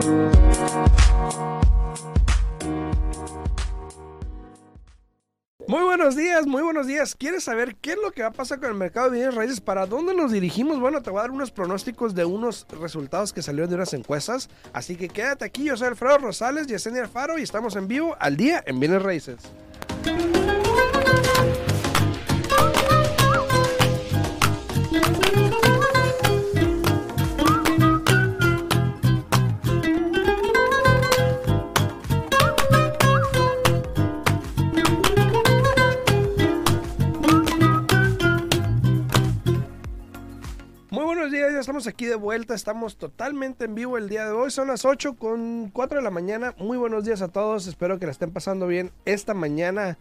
Muy buenos días, muy buenos días. ¿Quieres saber qué es lo que va a pasar con el mercado de bienes raíces? ¿Para dónde nos dirigimos? Bueno, te voy a dar unos pronósticos de unos resultados que salieron de unas encuestas. Así que quédate aquí, yo soy Alfredo Rosales, Yesenia Alfaro y estamos en vivo al día en bienes raíces. Ya estamos aquí de vuelta, estamos totalmente en vivo el día de hoy, son las 8:04 de la mañana. Muy buenos días a todos, espero que la estén pasando bien esta mañana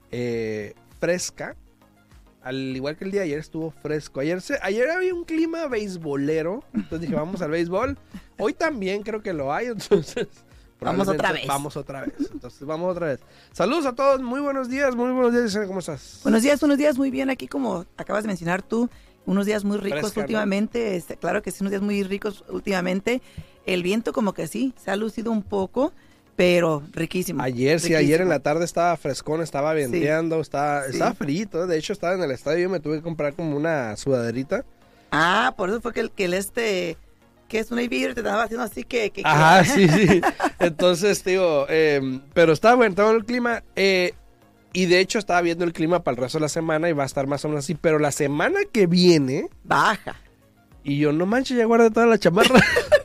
fresca, al igual que el día de ayer estuvo fresco. Ayer había un clima beisbolero, entonces dije vamos al béisbol. Hoy también creo que lo hay, entonces vamos otra vez. Entonces vamos otra vez. Saludos a todos, muy buenos días, ¿cómo estás? Buenos días, muy bien, aquí como acabas de mencionar tú. Unos días muy ricos fresca, últimamente, ¿no? Claro que sí, unos días muy ricos últimamente. El viento como que sí, se ha lucido un poco, pero riquísimo. Ayer en la tarde estaba frescón, estaba venteando, estaba frito. De hecho, estaba en el estadio, yo me tuve que comprar como una sudaderita. Ah, por eso fue que que es un beer, te estaba haciendo así que... Ajá, sí. Entonces, digo, pero estaba bueno todo el clima. Y de hecho estaba viendo el clima para el resto de la semana y va a estar más o menos así. Pero la semana que viene... baja. Y yo, no manches, ya guardé toda la chamarra.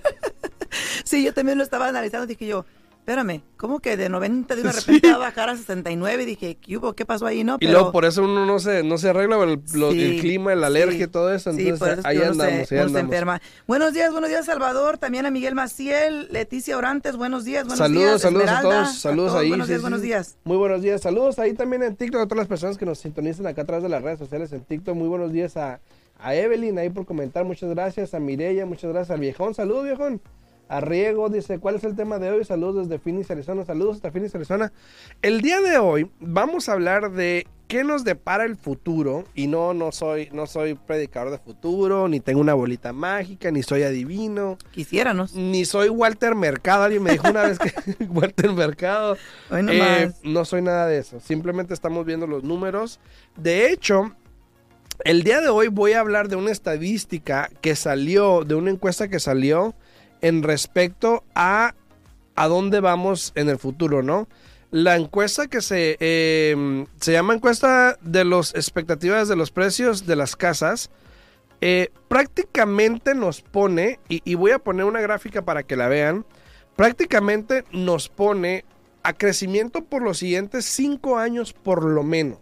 Sí, yo también lo estaba analizando. Dije yo, espérame, ¿cómo que de 90 de una repente va a bajar a 69? Dije, ¿qué hubo? ¿Qué pasó ahí? No, pero... Y luego por eso uno no se arregla el clima, la alergia y todo eso. Entonces por eso ahí andamos. Se enferma. Buenos días, Salvador. También a Miguel Maciel, Leticia Orantes, buenos días. Saludos a todos. Saludos ahí. Buenos días. Muy buenos días. Saludos ahí también en TikTok a todas las personas que nos sintonizan acá atrás de las redes sociales en TikTok. Muy buenos días a Evelyn ahí por comentar. Muchas gracias. A Mireya, muchas gracias. Al viejón. Saludos, viejón. A Riego dice, ¿cuál es el tema de hoy? Saludos desde Phoenix, Arizona. Saludos hasta Phoenix, Arizona. El día de hoy vamos a hablar de qué nos depara el futuro. Y no soy predicador de futuro, ni tengo una bolita mágica, ni soy adivino. Quisiéramos. Ni soy Walter Mercado. Alguien me dijo una vez que Walter Mercado. No soy nada de eso. Simplemente estamos viendo los números. De hecho, el día de hoy voy a hablar de una estadística que salió, de una encuesta que salió en respecto a dónde vamos en el futuro, ¿no? La encuesta que se llama encuesta de las expectativas de los precios de las casas, prácticamente nos pone, y voy a poner una gráfica para que la vean, prácticamente nos pone a crecimiento por los siguientes 5 años por lo menos.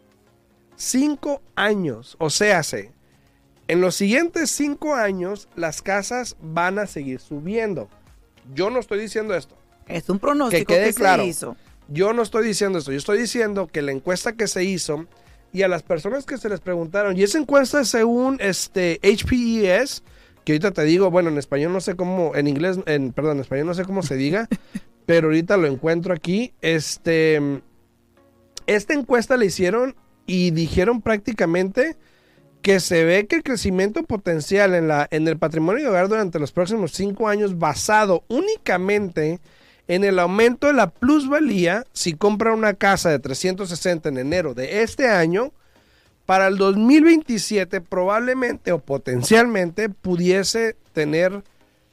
5 años, o sea, en los siguientes 5 años, las casas van a seguir subiendo. Yo no estoy diciendo esto. Es un pronóstico que quede claro. Se hizo. Yo no estoy diciendo esto. Yo estoy diciendo que la encuesta que se hizo y a las personas que se les preguntaron, y esa encuesta es según HPES, que ahorita te digo, bueno, en español no sé cómo, en español no sé cómo se diga, pero ahorita lo encuentro aquí. Esta encuesta la hicieron y dijeron prácticamente que se ve que el crecimiento potencial en el patrimonio de hogar durante los próximos 5 años, basado únicamente en el aumento de la plusvalía, si compra una casa de 360 en enero de este año, para el 2027 probablemente o potencialmente pudiese tener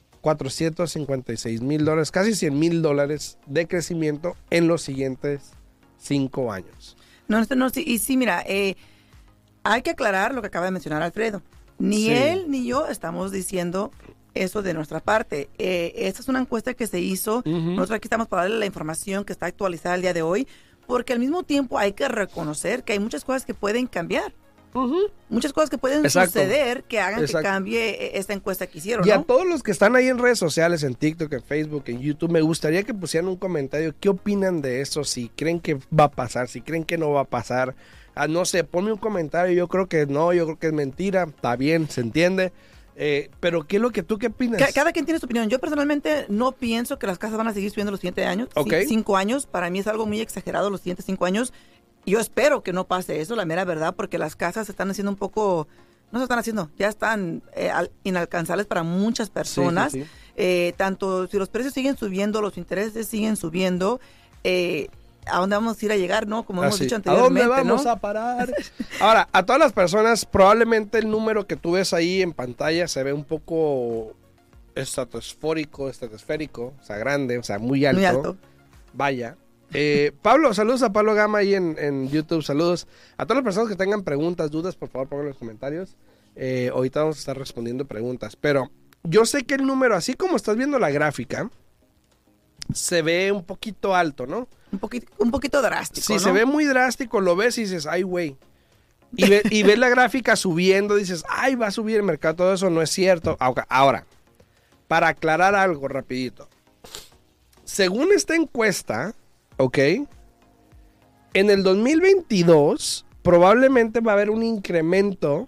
$456,000, casi $100,000 de crecimiento en los siguientes 5 años. Sí, mira, hay que aclarar lo que acaba de mencionar Alfredo. Ni él ni yo estamos diciendo eso de nuestra parte. Esta es una encuesta que se hizo. Nosotros aquí estamos para darle la información que está actualizada el día de hoy, porque al mismo tiempo hay que reconocer que hay muchas cosas que pueden cambiar. Muchas cosas que pueden suceder que hagan que cambie esta encuesta que hicieron, Y ¿no? a todos los que están ahí en redes sociales, en TikTok, en Facebook, en YouTube, me gustaría que pusieran un comentario. ¿Qué opinan de eso? Si creen que va a pasar, si creen que no va a pasar. No sé, ponme un comentario. Yo creo que no, yo creo que es mentira. Está bien, se entiende. Pero ¿qué es lo que tú qué opinas? Cada quien tiene su opinión. Yo personalmente no pienso que las casas van a seguir subiendo los siguientes años. Okay. 5 años, para mí es algo muy exagerado los siguientes 5 años. Yo espero que no pase eso, la mera verdad, porque las casas se están haciendo ya están inalcanzables para muchas personas. Sí. tanto si los precios siguen subiendo, los intereses siguen subiendo, ¿a dónde vamos a ir a llegar, no? Como hemos dicho anteriormente, ¿a dónde vamos a parar? Ahora, a todas las personas, probablemente el número que tú ves ahí en pantalla se ve un poco estratosférico, o sea, grande, o sea, muy alto. Muy alto. Vaya. Pablo, saludos a Pablo Gama ahí en YouTube, saludos. A todas las personas que tengan preguntas, dudas, por favor, pongan en los comentarios. Ahorita vamos a estar respondiendo preguntas, pero yo sé que el número, así como estás viendo la gráfica, se ve un poquito alto, ¿no? Un poquito drástico, sí, ¿no? Se ve muy drástico, lo ves y dices, ay, güey. Y ves la gráfica subiendo, dices, ay, va a subir el mercado, todo eso no es cierto. Ahora, para aclarar algo rapidito. Según esta encuesta, ¿ok? En el 2022 probablemente va a haber un incremento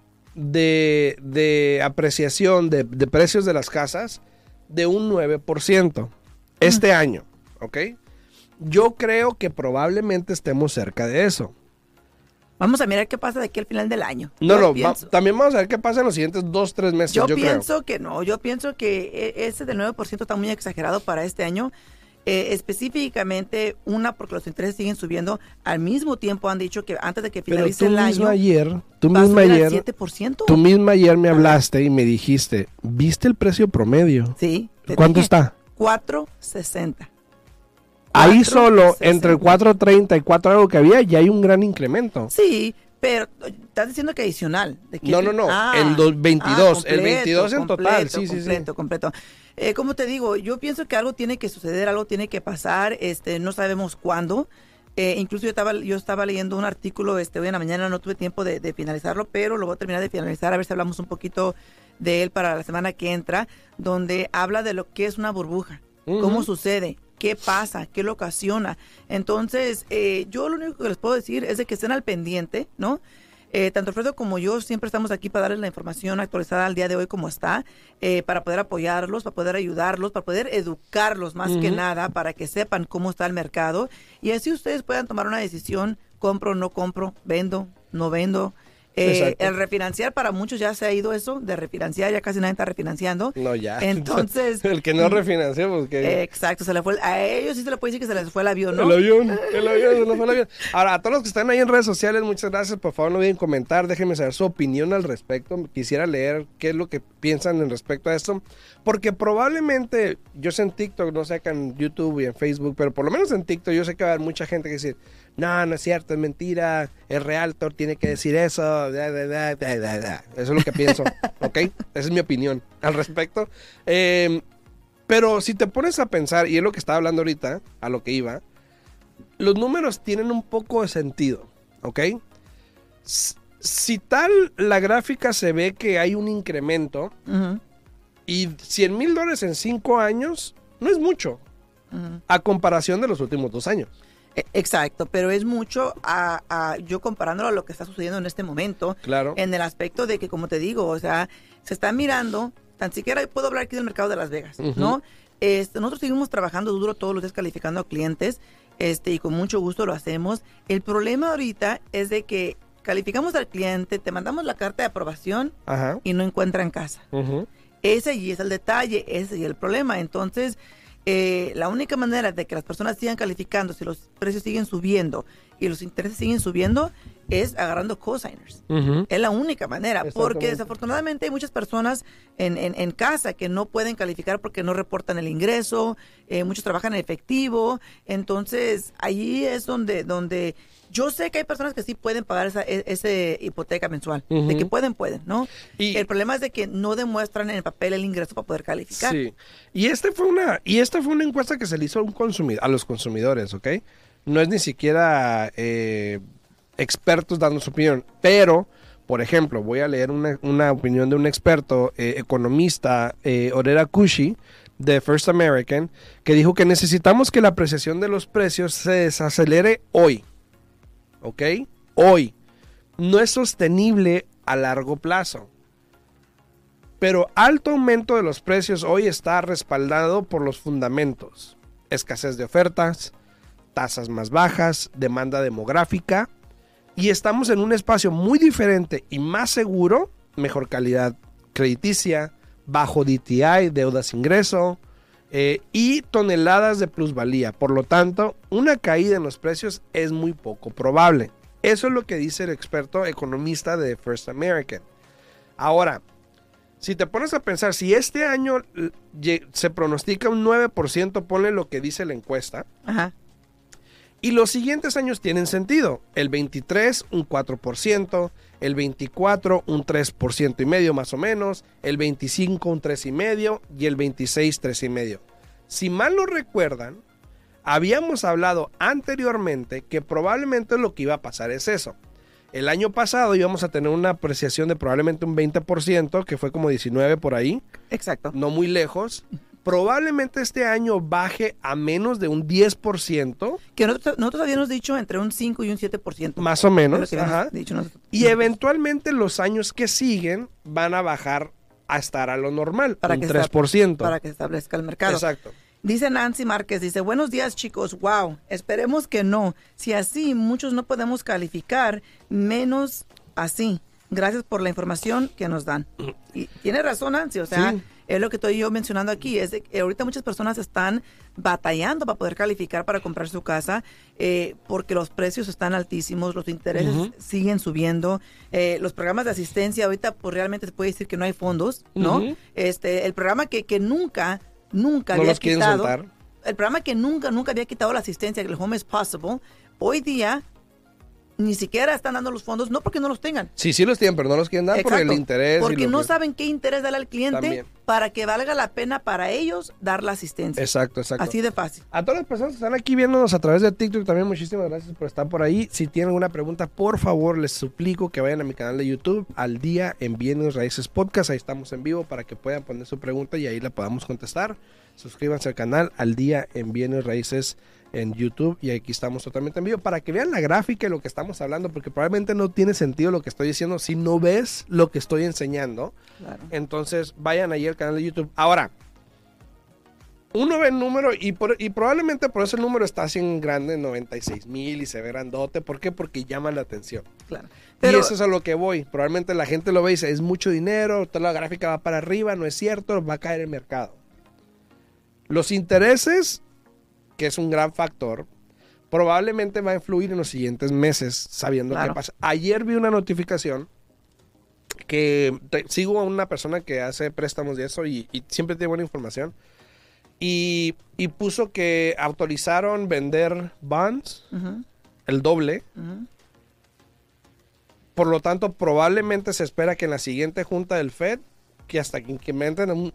de apreciación de precios de las casas de un 9% este año, ¿ok? Yo creo que probablemente estemos cerca de eso. Vamos a mirar qué pasa de aquí al final del año. También vamos a ver qué pasa en los siguientes 2-3 meses. Yo pienso que ese del 9% está muy exagerado para este año. Específicamente, porque los intereses siguen subiendo. Al mismo tiempo han dicho que antes de que finalice el año tú misma ayer, 7%. Tú misma ayer me hablaste y me dijiste, ¿viste el precio promedio? Sí. ¿Cuánto está? $4.60. Ahí solo, entre el 4.30 y 4 algo que había, ya hay un gran incremento. Sí, pero estás diciendo que adicional. No. El 22. El 22 en total. Completo. Como te digo, yo pienso que algo tiene que suceder, algo tiene que pasar. No sabemos cuándo. Incluso yo estaba leyendo un artículo hoy en la mañana, no tuve tiempo de finalizarlo, pero lo voy a terminar de finalizar, a ver si hablamos un poquito de él para la semana que entra, donde habla de lo que es una burbuja, cómo sucede, qué pasa, qué lo ocasiona. Entonces, yo lo único que les puedo decir es de que estén al pendiente, ¿no? Tanto Alfredo como yo siempre estamos aquí para darles la información actualizada al día de hoy como está, para poder apoyarlos, para poder ayudarlos, para poder educarlos más que nada, para que sepan cómo está el mercado y así ustedes puedan tomar una decisión, compro, no compro, vendo, no vendo. El refinanciar, para muchos ya se ha ido eso, de refinanciar, ya casi nadie está refinanciando. No, ya. Entonces. El que no refinanció, pues que. Exacto, a ellos sí se le puede decir que se les fue el avión, ¿no? El avión, se les fue el avión. Ahora, a todos los que están ahí en redes sociales, muchas gracias, por favor no olviden comentar, déjenme saber su opinión al respecto, quisiera leer qué es lo que piensan en respecto a esto, porque probablemente, yo sé en TikTok, no sé acá en YouTube y en Facebook, pero por lo menos en TikTok yo sé que va a haber mucha gente que dice, no es cierto, es mentira, el realtor tiene que decir eso, eso es lo que pienso, ¿ok? Esa es mi opinión al respecto. Pero si te pones a pensar, y es lo que estaba hablando ahorita, a lo que iba, los números tienen un poco de sentido, ¿ok? Si tal la gráfica se ve que hay un incremento, y $100,000 en 5 años no es mucho, a comparación de los últimos 2 años. Exacto, pero es mucho yo comparándolo a lo que está sucediendo en este momento. Claro. En el aspecto de que, como te digo, o sea, se está mirando, tan siquiera puedo hablar aquí del mercado de Las Vegas, ¿no? Nosotros seguimos trabajando duro todos los días calificando a clientes, y con mucho gusto lo hacemos. El problema ahorita es de que calificamos al cliente, te mandamos la carta de aprobación y no encuentran casa. Ese allí es el detalle, ese es el problema. Entonces, la única manera de que las personas sigan calificando, si los precios siguen subiendo y los intereses siguen subiendo, es agarrando cosigners. Es la única manera, porque desafortunadamente hay muchas personas en casa que no pueden calificar porque no reportan el ingreso, muchos trabajan en efectivo, entonces ahí es donde yo sé que hay personas que sí pueden pagar esa hipoteca mensual, de que pueden, ¿no? Y el problema es de que no demuestran en el papel el ingreso para poder calificar. Sí, y esta fue una encuesta que se le hizo a los consumidores, ¿ok? No es ni siquiera expertos dando su opinión, pero, por ejemplo, voy a leer una opinión de un experto, economista, Orera Kushi, de First American, que dijo que necesitamos que la apreciación de los precios se desacelere hoy. ¿Ok? Hoy. No es sostenible a largo plazo. Pero alto aumento de los precios hoy está respaldado por los fundamentos. Escasez de ofertas, tasas más bajas, demanda demográfica. Y estamos en un espacio muy diferente y más seguro, mejor calidad crediticia, bajo DTI, deuda sin ingreso, y toneladas de plusvalía. Por lo tanto, una caída en los precios es muy poco probable. Eso es lo que dice el experto economista de First American. Ahora, si te pones a pensar, si este año se pronostica un 9%, ponle lo que dice la encuesta. Ajá. Y los siguientes años tienen sentido. El 23, un 4%. El 24, un 3.5% más o menos. El 25, un 3.5%. Y el 26, 3.5%. Si mal no recuerdan, habíamos hablado anteriormente que probablemente lo que iba a pasar es eso. El año pasado íbamos a tener una apreciación de probablemente un 20%, que fue como 19 por ahí. Exacto. No muy lejos. Probablemente este año baje a menos de un 10%. Que nosotros habíamos dicho entre un 5 y un 7%. Más o menos. Ajá. Dicho y eventualmente los años que siguen van a bajar a estar a lo normal, para un que 3%. Para que se establezca el mercado. Exacto. Dice Nancy Márquez, dice, buenos días chicos, wow, esperemos que no. Si así, muchos no podemos calificar, menos así. Gracias por la información que nos dan. Y tiene razón Nancy, o sea, sí. Es lo que estoy yo mencionando aquí, es de que ahorita muchas personas están batallando para poder calificar para comprar su casa, porque los precios están altísimos, los intereses siguen subiendo, los programas de asistencia ahorita pues realmente se puede decir que no hay fondos, ¿no? El programa que nunca no había quitado, el programa que nunca había quitado la asistencia, el Home is Possible, hoy día ni siquiera están dando los fondos, no porque no los tengan. Sí los tienen, pero no los quieren dar. Exacto, por el interés. Porque no saben qué interés darle al cliente también, para que valga la pena para ellos dar la asistencia. Exacto. Así de fácil. A todas las personas que están aquí viéndonos a través de TikTok, también muchísimas gracias por estar por ahí. Si tienen alguna pregunta, por favor, les suplico que vayan a mi canal de YouTube, Al Día en Bienes Raíces Podcast. Ahí estamos en vivo para que puedan poner su pregunta y ahí la podamos contestar. Suscríbanse al canal Al Día en Bienes Raíces en YouTube, y aquí estamos totalmente en vivo para que vean la gráfica y lo que estamos hablando, porque probablemente no tiene sentido lo que estoy diciendo si no ves lo que estoy enseñando. Claro. Entonces vayan ahí al canal de YouTube. Ahora, uno ve el número y probablemente por eso el número está así en grande, 96,000, y se ve grandote. ¿Por qué? Porque llama la atención. Claro. Pero, y eso es a lo que voy. Probablemente la gente lo ve y dice, es mucho dinero, toda la gráfica va para arriba, no es cierto, va a caer el mercado. Los intereses, que es un gran factor, probablemente va a influir en los siguientes meses, sabiendo qué pasa. Ayer vi una notificación que sigo a una persona que hace préstamos de eso y siempre tiene buena información, y puso que autorizaron vender bonds, el doble. Por lo tanto, probablemente se espera que en la siguiente junta del Fed, que hasta que incrementen un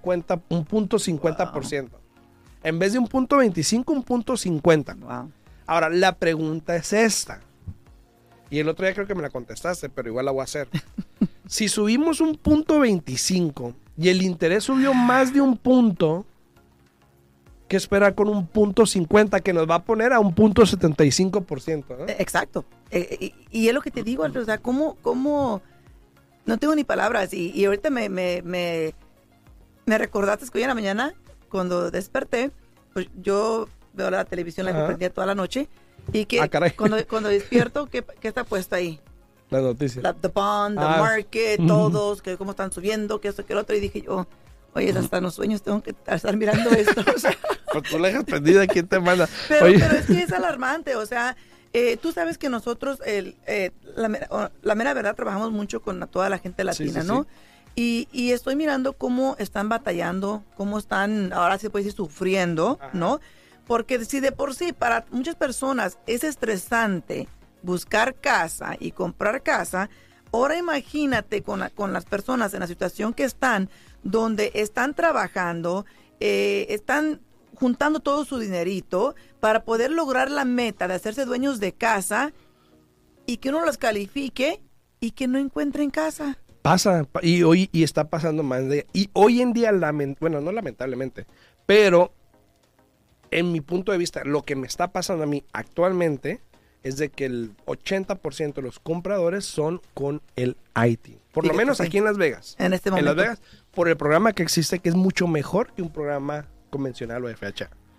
0.50%. Wow. En vez de un 0.25, un 0.50. Wow. Ahora, la pregunta es esta. Y el otro día creo que me la contestaste, pero igual la voy a hacer. Si subimos un 0.25 y el interés subió más de un punto, ¿qué esperar con un 0.50 que nos va a poner a un 0.75%? ¿No? Exacto. Y es lo que te digo, o sea, ¿cómo? No tengo ni palabras. Y ahorita me recordaste que hoy en la mañana, cuando desperté, pues yo veo la televisión, la que prendía toda la noche, y que cuando despierto, ¿qué está puesto ahí? Las noticias. The bond, the market, todos, que cómo están subiendo, que esto, que el otro, y dije yo, oye, hasta en los sueños tengo que estar mirando esto. O sea. Pues tú la dejas prendida, ¿quién te manda? Pero es que es alarmante, o sea, tú sabes que nosotros, la mera verdad, trabajamos mucho con toda la gente latina, ¿no? Sí. Y estoy mirando cómo están batallando, cómo están, ahora sí se puede decir, sufriendo, ¿no? Porque si de por sí para muchas personas es estresante buscar casa y comprar casa, ahora imagínate con las personas en la situación que están, donde están trabajando, están juntando todo su dinerito para poder lograr la meta de hacerse dueños de casa, y que uno los califique y que no encuentren casa. Pasa, y está pasando más y hoy en día, bueno, no lamentablemente, pero en mi punto de vista, lo que me está pasando a mí actualmente es de que el 80% de los compradores son con el IT. Por lo menos aquí en Las Vegas. En este momento. En Las Vegas, por el programa que existe, que es mucho mejor que un programa convencional o FHA.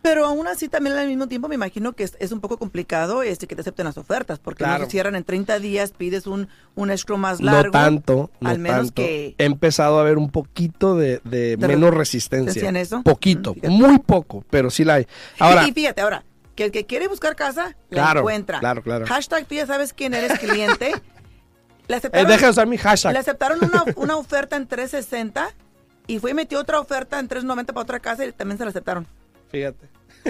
Pero aún así también al mismo tiempo me imagino que es un poco complicado que te acepten las ofertas, porque no se cierran en 30 días, pides un escrow más largo. No tanto, al menos tanto. Que... He empezado a ver un poquito de menos resistencia. ¿Decían eso? Poquito, muy poco, pero sí la hay. Ahora, y fíjate, ahora, que el que quiere buscar casa, la encuentra. Claro. Hashtag, tú ya sabes quién eres cliente. Deja de usar mi hashtag. Le aceptaron una oferta en 360 y fue y metió otra oferta en 390 para otra casa y también se la aceptaron. Fíjate.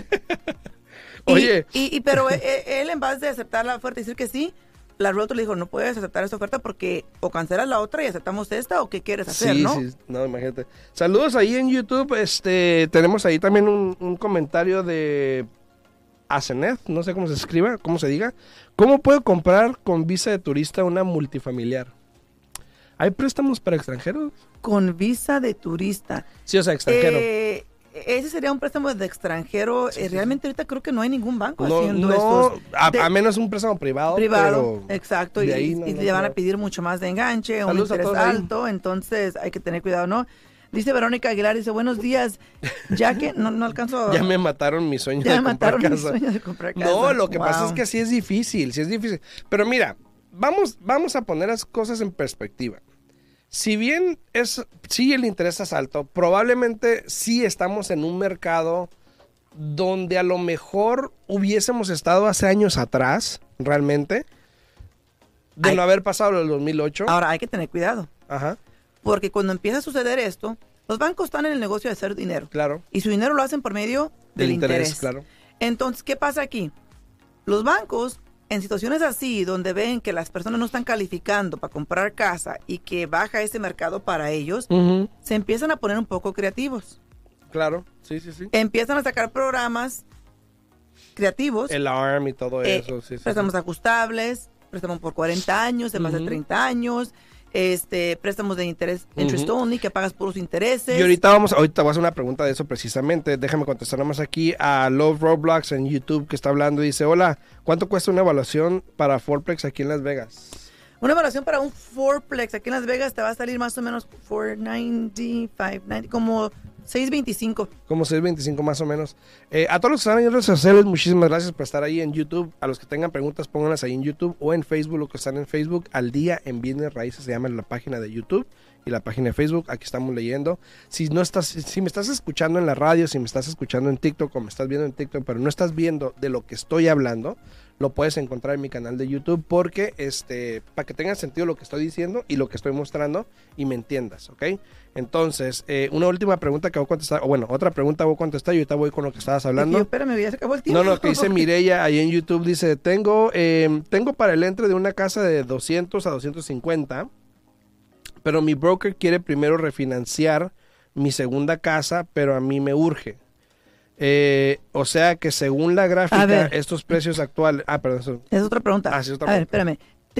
Oye. Pero él en vez de aceptar la oferta y decir que sí, la realtor le dijo, no puedes aceptar esta oferta porque o cancelas la otra y aceptamos esta o qué quieres hacer, ¿no? Sí, no, imagínate. Saludos ahí en YouTube, tenemos ahí también un comentario de Asenet, no sé cómo se escriba, cómo se diga. ¿Cómo puedo comprar con visa de turista una multifamiliar? ¿Hay préstamos para extranjeros? Con visa de turista. Sí, o sea, extranjero. Ese sería un préstamo de extranjero. Realmente ahorita creo que no hay ningún banco haciendo esto. A menos un préstamo privado. Privado, exacto. Y no, le van a pedir mucho más de enganche, un interés alto. Entonces hay que tener cuidado, ¿no? Dice Verónica Aguilar, dice, buenos días, ya que no alcanzo... Ya me mataron mi sueño de comprar casa. No, lo que pasa es que sí es difícil. Pero mira, vamos a poner las cosas en perspectiva. Si bien sí el interés es alto, probablemente sí estamos en un mercado donde a lo mejor hubiésemos estado hace años atrás, realmente, de no haber pasado el 2008. Ahora hay que tener cuidado. Ajá. Porque cuando empieza a suceder esto, los bancos están en el negocio de hacer dinero. Claro. Y su dinero lo hacen por medio del interés. Claro. Entonces, ¿qué pasa aquí? Los bancos, en situaciones así, donde ven que las personas no están calificando para comprar casa y que baja ese mercado para ellos, se empiezan a poner un poco creativos. Claro, sí. Empiezan a sacar programas creativos. El ARM y todo eso. Préstamos ajustables, préstamos por 40 años, de más de 30 años. Préstamos de interés, interest only, que pagas puros intereses. Y ahorita voy a hacer una pregunta de eso precisamente. Déjame contestar nomás aquí a Love Roblox en YouTube que está hablando. Dice, hola, ¿cuánto cuesta una evaluación para fourplex aquí en Las Vegas? Una evaluación para un fourplex aquí en Las Vegas te va a salir más o menos $490, $590, como $625. Como $625 más o menos. A todos los que están en redes sociales, muchísimas gracias por estar ahí en YouTube. A los que tengan preguntas, pónganlas ahí en YouTube o en Facebook, los que están en Facebook. Al día en Bienes Raíces se llama la página de YouTube y la página de Facebook. Aquí estamos leyendo. Si me estás escuchando en la radio, si me estás escuchando en TikTok o me estás viendo en TikTok, pero no estás viendo de lo que estoy hablando, lo puedes encontrar en mi canal de YouTube porque para que tenga sentido lo que estoy diciendo y lo que estoy mostrando y me entiendas, ¿ok? Entonces, una última pregunta que voy a contestar, otra pregunta voy a contestar y ahorita voy con lo que estabas hablando. Espérame, ya se acabó el tiempo. No, que dice Mireya ahí en YouTube, dice, tengo para el entre de una casa de 200 a 250, pero mi broker quiere primero refinanciar mi segunda casa, pero a mí me urge. O sea que según la gráfica, estos precios actuales... perdón. Es otra pregunta. Sí, es otra pregunta. Espérame.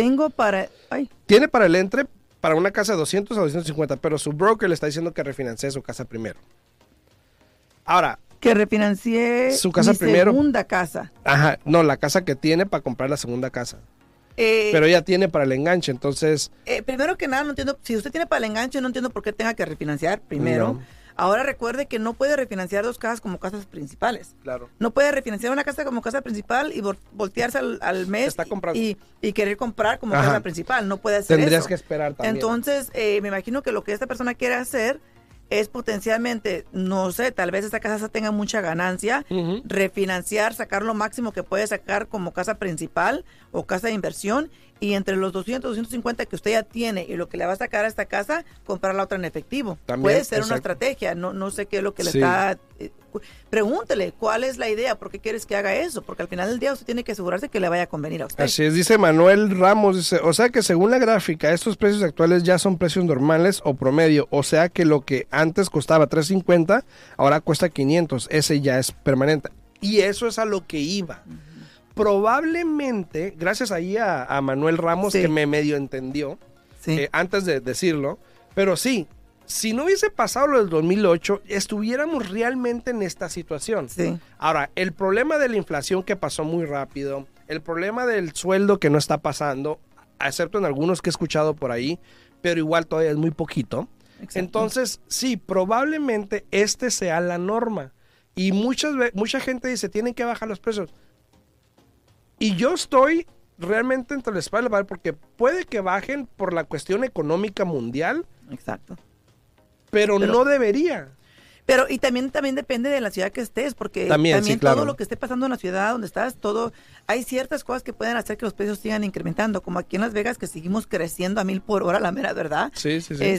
Tiene para el entre para una casa de 200 a 250, pero su broker le está diciendo que refinancie su casa primero. Ahora... Que refinancie su casa primero. Segunda casa. Ajá, no, la casa que tiene para comprar la segunda casa. Pero ella tiene para el enganche, entonces... primero que nada, no entiendo, si usted tiene para el enganche, no entiendo por qué tenga que refinanciar primero. No. Ahora recuerde que no puede refinanciar dos casas como casas principales. Claro. No puede refinanciar una casa como casa principal y voltearse al mes y querer comprar como casa principal. No puede hacer Tendrías eso. Que esperar también. Entonces, me imagino que lo que esta persona quiere hacer es potencialmente, no sé, tal vez esta casa tenga mucha ganancia, refinanciar, sacar lo máximo que puede sacar como casa principal o casa de inversión, y entre los 200, 250 que usted ya tiene y lo que le va a sacar a esta casa, comprar la otra en efectivo. También, puede ser una estrategia, no sé qué es lo que le está... Pregúntele, ¿cuál es la idea? ¿Por qué quieres que haga eso? Porque al final del día usted tiene que asegurarse que le vaya a convenir a usted. Así es, dice Manuel Ramos, dice, o sea que según la gráfica, estos precios actuales ya son precios normales o promedio, o sea que lo que antes costaba $350, ahora cuesta $500, ese ya es permanente. Y eso es a lo que iba. Probablemente, gracias ahí a Manuel Ramos, que me medio entendió, antes de decirlo, pero sí, si no hubiese pasado lo del 2008, estuviéramos realmente en esta situación. Sí. Ahora, el problema de la inflación que pasó muy rápido, el problema del sueldo que no está pasando, excepto en algunos que he escuchado por ahí, pero igual todavía es muy poquito. Exacto. Entonces, sí, probablemente sea la norma, Y mucha gente dice, tienen que bajar los precios. Y yo estoy realmente entre la espada y la pared, porque puede que bajen por la cuestión económica mundial. Exacto. Pero no debería. Pero y también depende de la ciudad que estés, porque también sí, claro, todo lo que esté pasando en la ciudad donde estás, hay ciertas cosas que pueden hacer que los precios sigan incrementando, como aquí en Las Vegas, que seguimos creciendo a 1000 por hora, la mera verdad. Sí.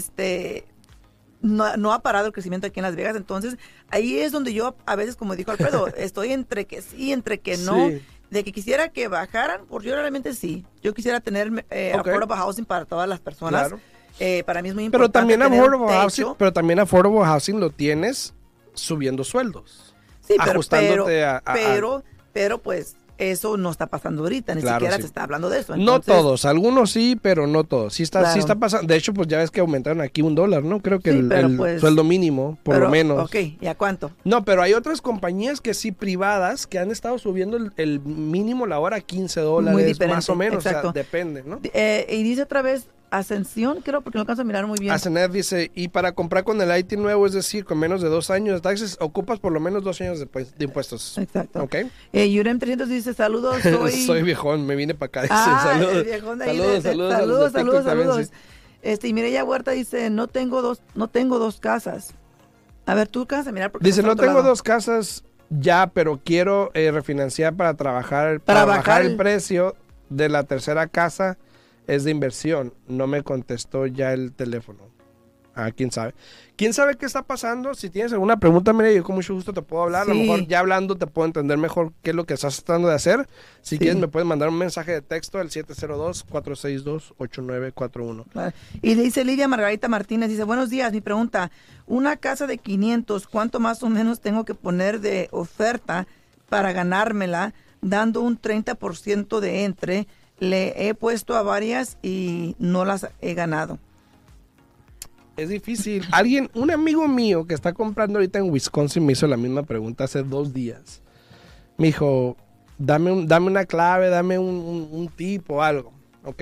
No ha parado el crecimiento aquí en Las Vegas, entonces ahí es donde yo a veces, como dijo Alfredo, estoy entre que sí, entre que no, de que quisiera que bajaran, porque yo realmente sí, yo quisiera tener affordable housing para todas las personas. Claro. Para mí es muy importante. Pero también affordable housing lo tienes subiendo sueldos. Sí, ajustándote pero pues eso no está pasando ahorita, ni siquiera se está hablando de eso. Entonces, no todos, algunos sí, pero no todos. Sí está pasando. De hecho, pues ya ves que aumentaron aquí $1, ¿no? Creo que el sueldo mínimo, por lo menos. Ok, ¿y a cuánto? No, pero hay otras compañías que sí, privadas, que han estado subiendo el mínimo la hora a $15, muy diferente, más o menos. Exacto. O sea, depende, ¿no? Y dice otra vez, Ascensión, creo, porque no alcanzo a mirar muy bien. Ascensión dice, y para comprar con el IT nuevo, es decir, con menos de 2 años de taxes, ocupas por lo menos 2 años de impuestos. Exacto. ¿Ok? Yurem 300 dice, saludos, soy viejón, me vine para acá. Saludos. Viejón de ahí saludos. Y Mireya Huerta dice, no tengo dos casas. A ver, tú casa, mirar. Dice, no tengo 2 casas ya, pero quiero refinanciar para bajar el precio de la tercera casa. Es de inversión. No me contestó ya el teléfono. ¿Quién sabe? ¿Quién sabe qué está pasando? Si tienes alguna pregunta, mira, yo con mucho gusto te puedo hablar. Sí. A lo mejor ya hablando te puedo entender mejor qué es lo que estás tratando de hacer. Si quieres me puedes mandar un mensaje de texto al 702-462-8941. Claro. Y dice Lidia Margarita Martínez, dice, buenos días, mi pregunta, una casa de 500, ¿cuánto más o menos tengo que poner de oferta para ganármela, dando un 30% de entre? Le he puesto a varias y no las he ganado. Es difícil. Un amigo mío que está comprando ahorita en Wisconsin me hizo la misma pregunta hace 2 días. Me dijo, dame una clave, dame un tip o algo, ¿ok?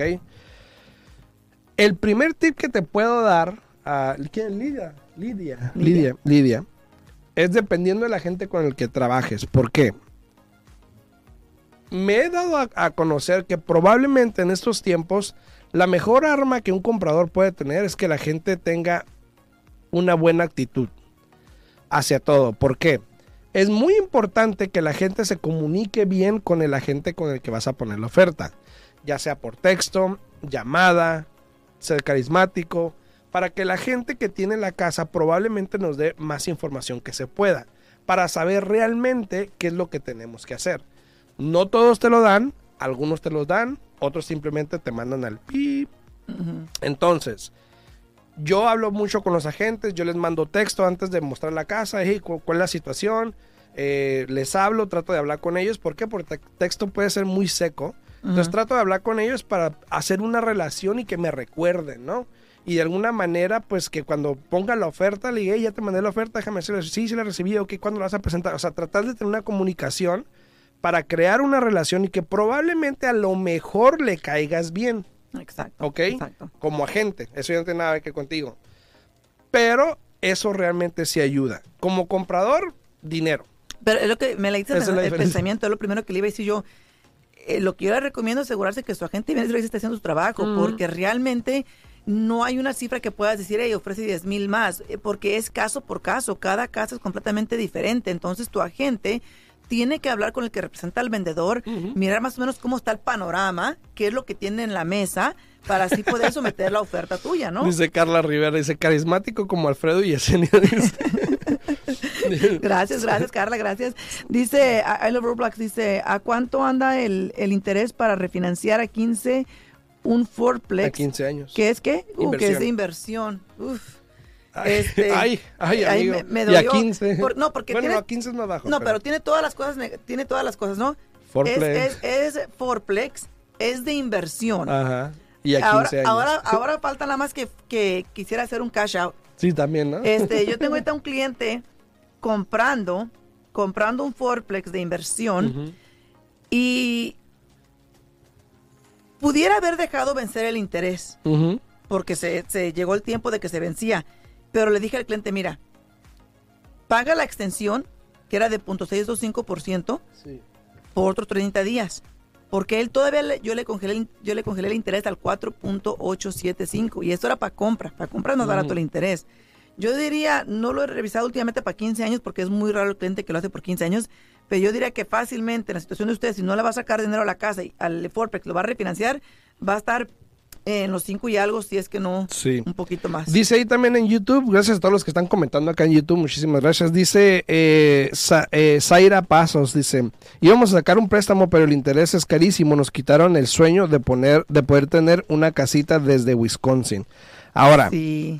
El primer tip que te puedo dar, ¿quién? Lidia. Es dependiendo de la gente con el que trabajes. ¿Por qué? Me he dado a conocer que probablemente en estos tiempos la mejor arma que un comprador puede tener es que la gente tenga una buena actitud hacia todo. ¿Por qué? Es muy importante que la gente se comunique bien con el agente con el que vas a poner la oferta, ya sea por texto, llamada, ser carismático, para que la gente que tiene la casa probablemente nos dé más información que se pueda, para saber realmente qué es lo que tenemos que hacer. No todos te lo dan, algunos te los dan, otros simplemente te mandan al pip. Uh-huh. Entonces, yo hablo mucho con los agentes, yo les mando texto antes de mostrar la casa, hey, ¿cuál es la situación? Les hablo, trato de hablar con ellos. ¿Por qué? Porque texto puede ser muy seco. Uh-huh. Entonces trato de hablar con ellos para hacer una relación y que me recuerden, ¿no? Y de alguna manera, pues que cuando ponga la oferta, le diga, hey, ya te mandé la oferta, déjame decirle, sí la recibí, ok, ¿cuándo la vas a presentar? O sea, tratar de tener una comunicación para crear una relación y que probablemente a lo mejor le caigas bien. Exacto. ¿Ok? Exacto. Como agente. Eso ya no tiene nada que ver contigo. Pero eso realmente sí ayuda. Como comprador, dinero. Pero es lo que me le dice el pensamiento, es lo primero que le iba a decir yo. Lo que yo le recomiendo es asegurarse que su agente está haciendo su trabajo, porque realmente no hay una cifra que puedas decir, hey, ofrece 10,000 más, porque es caso por caso. Cada caso es completamente diferente. Entonces tu agente tiene que hablar con el que representa al vendedor, mirar más o menos cómo está el panorama, qué es lo que tiene en la mesa, para así poder someter la oferta tuya, ¿no? Dice Carla Rivera, dice, carismático como Alfredo y Yesenia. Gracias, Carla, gracias. Dice, I Love Roblox, dice, ¿a cuánto anda el interés para refinanciar a 15 un Fourplex? A 15 años. ¿Qué es qué? Que es de inversión. Uf. Amigo. Me y a 15. Porque bueno, a 15 es más bajo. No, pero tiene todas las cosas, ¿no? Fourplex. Es Fourplex, es de inversión. Ajá. Y a 15 años. Ahora falta nada más que quisiera hacer un cash out. Sí, también, ¿no? Yo tengo ahorita un cliente comprando un Fourplex de inversión y pudiera haber dejado vencer el interés porque se llegó el tiempo de que se vencía. Pero le dije al cliente, mira, paga la extensión, que era de 0.625% por otros 30 días. Porque él todavía, yo le congelé el interés al 4.875 y esto era para compra no es barato el interés. Yo diría, no lo he revisado últimamente para 15 años porque es muy raro el cliente que lo hace por 15 años, pero yo diría que fácilmente en la situación de ustedes, si no le va a sacar dinero a la casa y al Forprex lo va a refinanciar, va a estar en los 5 y algo, si es que no, un poquito más. Dice ahí también en YouTube, gracias a todos los que están comentando acá en YouTube, muchísimas gracias. Dice Zaira Pasos, dice, íbamos a sacar un préstamo, pero el interés es carísimo, nos quitaron el sueño de poder tener una casita desde Wisconsin. Ahora, sí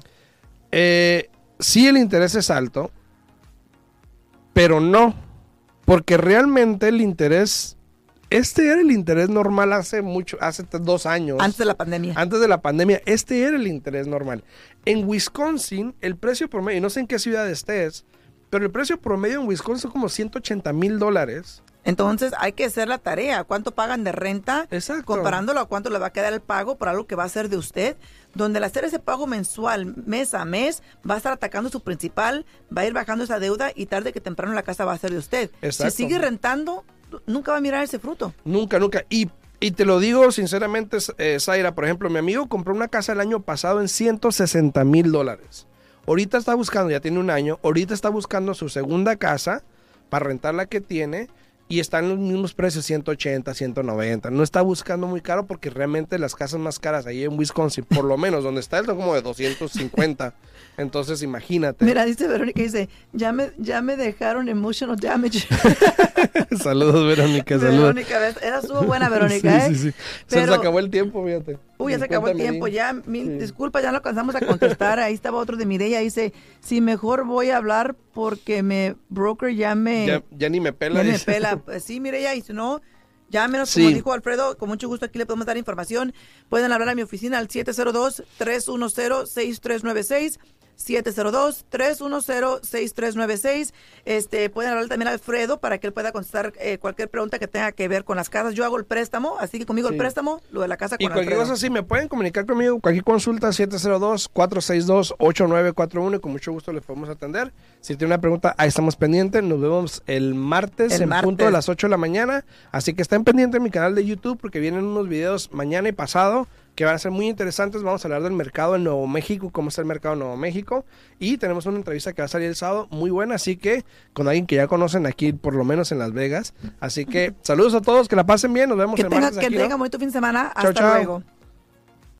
el interés es alto, pero no, porque realmente el interés... Este era el interés normal hace 2 años. Antes de la pandemia. Este era el interés normal. En Wisconsin, el precio promedio, y no sé en qué ciudad estés, pero el precio promedio en Wisconsin es como $180,000. Entonces hay que hacer la tarea. ¿Cuánto pagan de renta? Exacto. Comparándolo a cuánto le va a quedar el pago por algo que va a ser de usted. Donde al hacer ese pago mensual, mes a mes, va a estar atacando su principal, va a ir bajando esa deuda y tarde que temprano la casa va a ser de usted. Exacto. Si sigue rentando, nunca va a mirar ese fruto. Nunca. Y te lo digo sinceramente, Zaira, por ejemplo, mi amigo compró una casa el año pasado en $160,000. Ahorita está buscando, ya tiene un año, ahorita está buscando su segunda casa para rentar la que tiene y están en los mismos precios, 180, 190. No está buscando muy caro porque realmente las casas más caras ahí en Wisconsin, por lo menos donde está, son como de 250. Entonces, imagínate. Mira, dice Verónica, dice, ya me dejaron emotional damage. Saludos, Verónica, saludos. Verónica, estuvo buena, Verónica, sí. Pero, se nos acabó el tiempo, fíjate. Ya se acabó el tiempo, disculpa, ya no alcanzamos a contestar. Ahí estaba otro de Mireya, dice, sí, mejor voy a hablar porque broker ya ni me pela. Ya me pela. Pues sí, Mireya, y si no, llámenos, como dijo Alfredo, con mucho gusto aquí le podemos dar información. Pueden hablar a mi oficina al 702-310-6396. 702-310-6396. Pueden hablar también a Alfredo para que él pueda contestar cualquier pregunta que tenga que ver con las casas. Yo hago el préstamo, así que conmigo el préstamo, lo de la casa con Alfredo. Y cualquier cosa, sí, me pueden comunicar conmigo, cualquier consulta, 702-462-8941 y con mucho gusto les podemos atender. Si tiene una pregunta, ahí estamos pendientes. Nos vemos el martes punto de las 8 de la mañana. Así que estén pendientes en mi canal de YouTube porque vienen unos videos mañana y pasado que van a ser muy interesantes. Vamos a hablar del mercado en Nuevo México, cómo está el mercado en Nuevo México, y tenemos una entrevista que va a salir el sábado muy buena, así que con alguien que ya conocen aquí, por lo menos en Las Vegas. Así que saludos a todos, que la pasen bien, nos vemos el martes aquí, que tengan bonito fin de semana, hasta luego.